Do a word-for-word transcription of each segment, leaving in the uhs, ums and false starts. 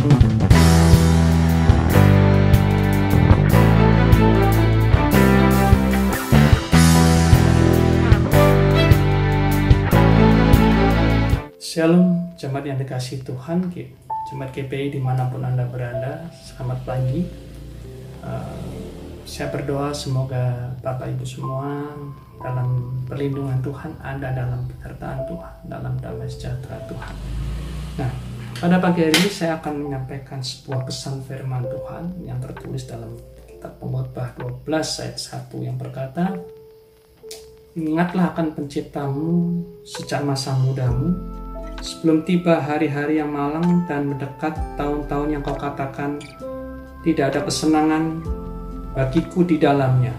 Shalom, jemaat yang dikasihi Tuhan, jemaat G P I dimanapun Anda berada, selamat pagi. Uh, saya berdoa semoga Bapak Ibu semua dalam perlindungan Tuhan, Anda dalam penyertaan Tuhan, dalam damai sejahtera Tuhan. Nah, pada pagi hari ini saya akan menyampaikan sebuah pesan firman Tuhan yang tertulis dalam kitab Pengkhotbah dua belas ayat satu yang berkata, "Ingatlah akan penciptamu sejak masa mudamu, sebelum tiba hari-hari yang malang dan mendekat tahun-tahun yang kau katakan tidak ada kesenangan bagiku di dalamnya."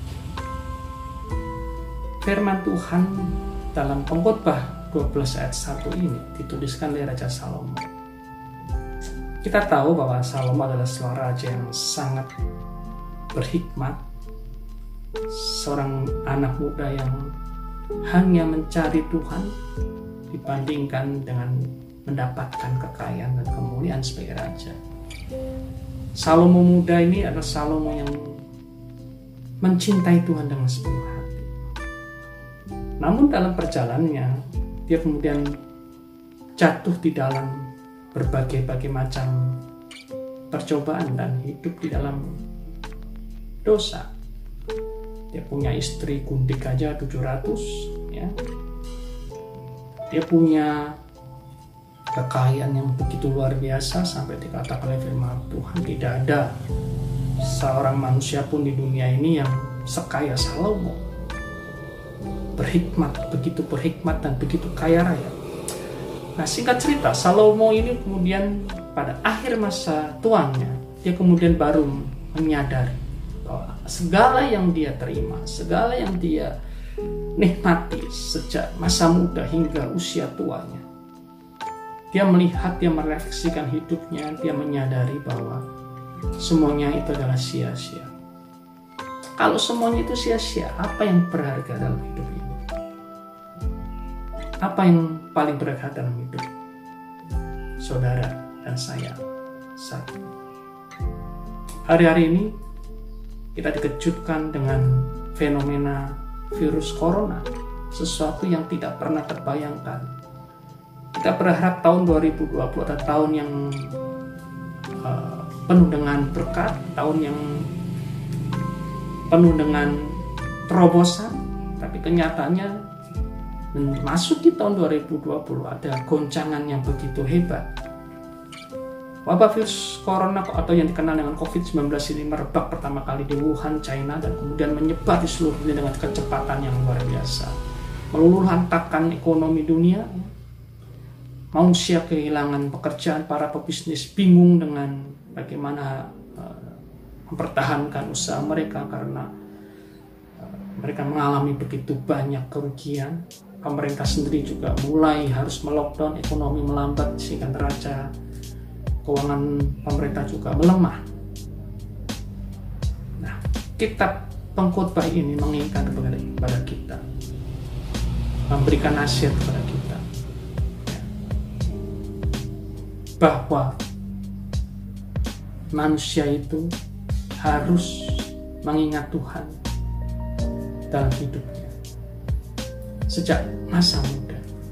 Firman Tuhan dalam Pengkhotbah dua belas ayat satu ini dituliskan oleh Raja Salomo. Kita tahu bahwa Salomo adalah seorang raja yang sangat berhikmat, seorang anak muda yang hanya mencari Tuhan dibandingkan dengan mendapatkan kekayaan dan kemuliaan sebagai raja. Salomo muda ini adalah Salomo yang mencintai Tuhan dengan sepenuh hati. Namun dalam perjalanannya, dia kemudian jatuh di dalam berbagai-bagai macam percobaan dan hidup di dalam dosa. Dia punya istri gundik aja tujuh ratus, ya. Dia punya kekayaan yang begitu luar biasa sampai dikatakan oleh firman Tuhan tidak ada seorang manusia pun di dunia ini yang sekaya Salomo. Berhikmat, begitu berhikmat dan begitu kaya raya. Nah, singkat cerita, Salomo ini kemudian pada akhir masa tuanya, dia kemudian baru menyadari bahwa segala yang dia terima, segala yang dia nikmati sejak masa muda hingga usia tuanya, dia melihat, dia merefleksikan hidupnya, dia menyadari bahwa semuanya itu adalah sia-sia. Kalau semuanya itu sia-sia, apa yang berharga dalam hidup ini? Apa yang paling berharga dalam hidup saudara dan saya saat ini? Hari-hari ini kita dikejutkan dengan fenomena virus corona, sesuatu yang tidak pernah terbayangkan. Kita berharap tahun dua ribu dua puluh adalah tahun yang uh, penuh dengan berkat, tahun yang penuh dengan terobosan, tapi kenyataannya memasuki tahun dua ribu dua puluh ada goncangan yang begitu hebat. Wabah virus corona atau yang dikenal dengan covid sembilan belas ini merebak pertama kali di Wuhan, China, dan kemudian menyebar di seluruh dunia dengan kecepatan yang luar biasa. Meluluh lantakkan ekonomi dunia. Manusia kehilangan pekerjaan, para pebisnis bingung dengan bagaimana uh, mempertahankan usaha mereka karena uh, mereka mengalami begitu banyak kerugian. Pemerintah sendiri juga mulai harus melockdown, ekonomi melambat sehingga neraca keuangan pemerintah juga melemah. Nah, kitab Pengkhotbah ini mengingatkan kepada kita, memberikan nasihat kepada kita, bahwa manusia itu harus mengingat Tuhan dalam hidupnya sejak masa muda.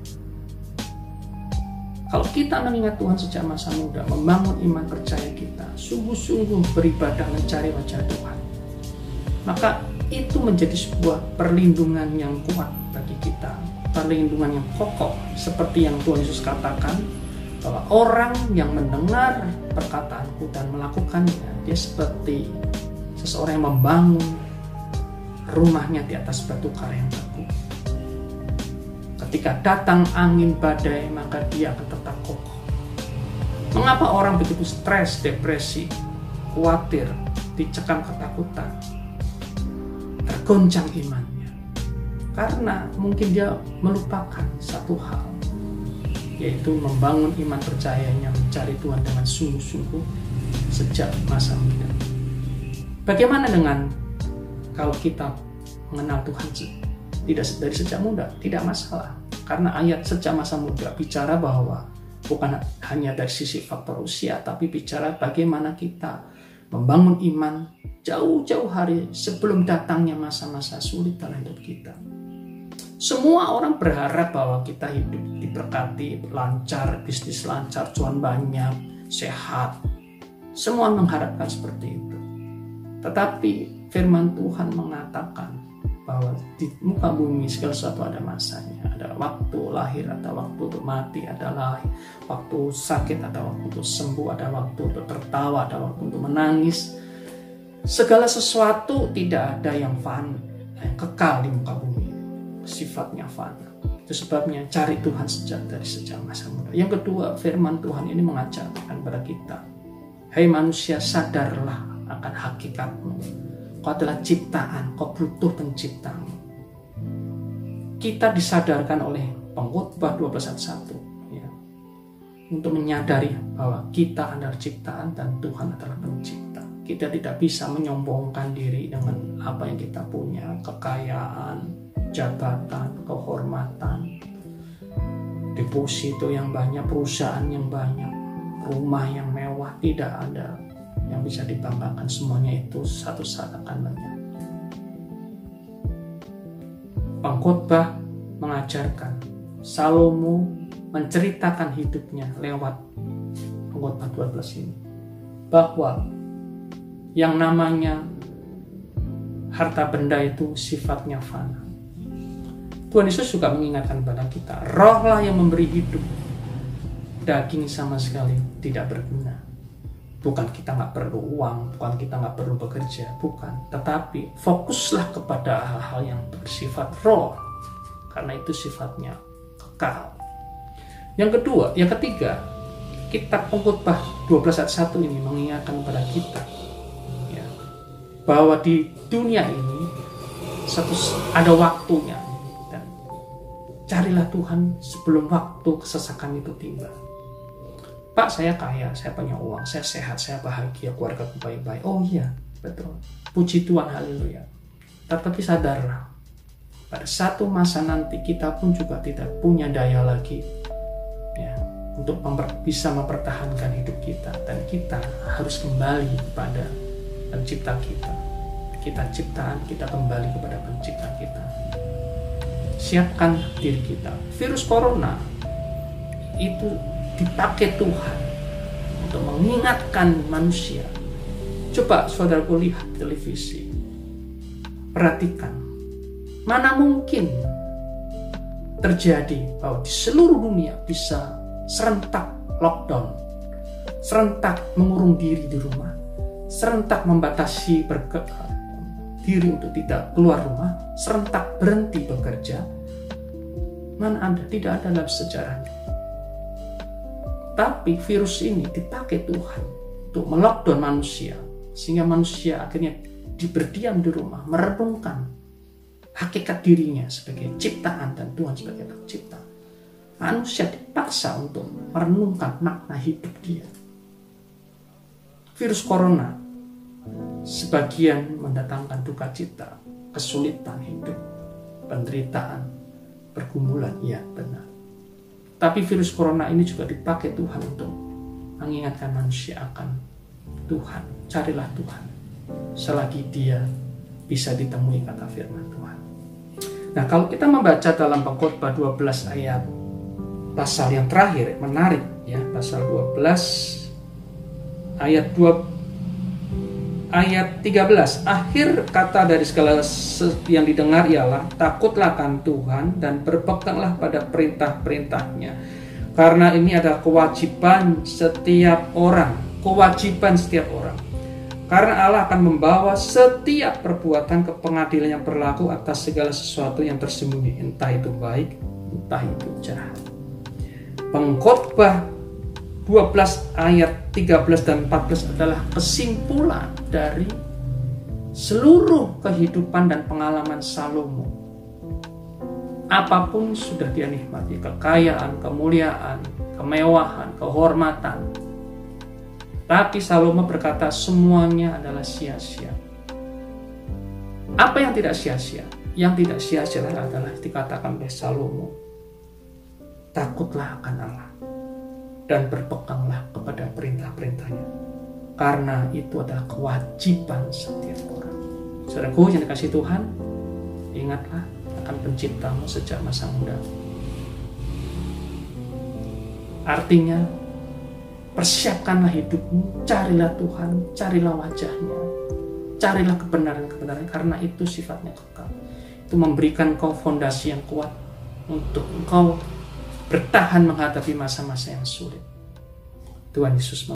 Kalau kita mengingat Tuhan sejak masa muda, membangun iman percaya kita, sungguh-sungguh beribadah mencari wajah Tuhan, maka itu menjadi sebuah perlindungan yang kuat bagi kita, perlindungan yang kokoh, seperti yang Tuhan Yesus katakan, bahwa orang yang mendengar perkataanku dan melakukannya, dia seperti seseorang yang membangun rumahnya di atas batu karang yang teguh. Ketika datang angin badai, maka dia akan tetap kokoh. Mengapa orang begitu stres, depresi, khawatir, dicekam ketakutan, tergoncang imannya? Karena mungkin dia melupakan satu hal, yaitu membangun iman percayanya, mencari Tuhan dengan sungguh-sungguh sejak masa muda. Bagaimana dengan kalau kita mengenal Tuhan tidak dari sejak muda? Tidak masalah, karena ayat sejak masa muda bicara bahwa Bukan hanya dari sisi faktor usia, tapi bicara bagaimana kita membangun iman jauh-jauh hari sebelum datangnya masa-masa sulit dalam hidup kita. Semua orang berharap bahwa kita hidup diberkati, lancar, bisnis lancar, cuan banyak, sehat. Semua mengharapkan seperti itu. Tetapi firman Tuhan mengatakan bahwa di muka bumi segala sesuatu ada masanya. Ada waktu lahir, ada waktu untuk mati, ada lahir, waktu sakit, ada waktu untuk sembuh, ada waktu untuk tertawa, ada waktu untuk menangis. Segala sesuatu tidak ada yang fana, yang kekal di muka bumi. Sifatnya fana. Itu sebabnya cari Tuhan sejak dari sejak masa muda. Yang kedua, firman Tuhan ini mengajarkan kepada kita, hai manusia, sadarlah akan hakikatmu. Kau adalah ciptaan, kau butuh penciptamu. Kita disadarkan oleh Pengkhotbah dua belas ayat satu ya, untuk menyadari bahwa kita adalah ciptaan dan Tuhan adalah pencipta. Kita tidak bisa menyombongkan diri dengan apa yang kita punya, kekayaan, jabatan, kehormatan, deposito yang banyak, perusahaan yang banyak, rumah yang mewah. Tidak ada yang bisa dibanggakan. Semuanya itu satu saat akan lenyap. Pengkhotbah mengajarkan, Salomo menceritakan hidupnya lewat Pengkhotbah dua belas ini, bahwa yang namanya harta benda itu sifatnya fana. Tuhan Yesus juga mengingatkan kepada kita, rohlah yang memberi hidup, daging sama sekali tidak berguna. Bukan kita nggak perlu uang, bukan kita nggak perlu bekerja, bukan. Tetapi fokuslah kepada hal-hal yang bersifat roh, karena itu sifatnya kekal. Yang kedua, yang ketiga, kitab Pengkhotbah dua belas ayat satu ini mengingatkan kepada kita ya, bahwa di dunia ini satu ada waktunya, dan carilah Tuhan sebelum waktu kesesakan itu tiba. Pak, saya kaya, saya punya uang, saya sehat, saya bahagia, keluarga baik-baik. Oh iya, betul. Puji Tuhan, haleluya. Tetapi sadarlah, pada satu masa nanti kita pun juga tidak punya daya lagi ya, untuk memper, bisa mempertahankan hidup kita. Dan kita harus kembali kepada pencipta kita. Kita ciptaan, kita kembali kepada pencipta kita. Siapkan diri kita. Virus corona itu dipakai Tuhan untuk mengingatkan manusia. Coba saudaraku lihat televisi, perhatikan, mana mungkin terjadi bahwa di seluruh dunia bisa serentak lockdown, serentak mengurung diri di rumah, serentak membatasi berke- diri untuk tidak keluar rumah, serentak berhenti bekerja. Mana ada, tidak ada dalam sejarahnya. Tapi virus ini dipakai Tuhan untuk melockdown manusia, sehingga manusia akhirnya berdiam di rumah, merenungkan hakikat dirinya sebagai ciptaan dan Tuhan sebagai pencipta. Manusia dipaksa untuk merenungkan makna hidup dia. Virus corona sebagian mendatangkan duka cita, kesulitan hidup, penderitaan, pergumulan, ya benar. Tapi virus corona ini juga dipakai Tuhan untuk mengingatkan manusia akan Tuhan. Carilah Tuhan selagi dia bisa ditemui, kata firman Tuhan. Nah, kalau kita membaca dalam Pengkhotbah dua belas ayat pasal yang terakhir, menarik ya, pasal dua belas ayat dua ayat tiga belas. Akhir kata dari segala yang didengar ialah takutlah akan Tuhan dan berpeganglah pada perintah-perintahnya. Karena ini adalah kewajiban setiap orang, kewajiban setiap orang. Karena Allah akan membawa setiap perbuatan ke pengadilan yang berlaku atas segala sesuatu yang tersembunyi, entah itu baik, entah itu jahat. Pengkhotbah dua belas ayat tiga belas dan empat belas adalah kesimpulan dari seluruh kehidupan dan pengalaman Salomo. Apapun sudah dia nikmati, kekayaan, kemuliaan, kemewahan, kehormatan. Tapi Salomo berkata semuanya adalah sia-sia. Apa yang tidak sia-sia? Yang tidak sia-sia adalah dikatakan oleh Salomo, takutlah akan Allah. dan berpeganglah kepada perintah-perintahnya, karena itu adalah kewajiban setiap orang. Saudaraku yang dikasihi Tuhan, ingatlah akan penciptamu sejak masa muda. Artinya, persiapkanlah hidupmu, carilah Tuhan, carilah wajahnya, carilah kebenaran-kebenaran, karena itu sifatnya kekal. Itu memberikan kau fondasi yang kuat untuk engkau bertahan menghadapi masa-masa yang sulit. Tuhan Yesus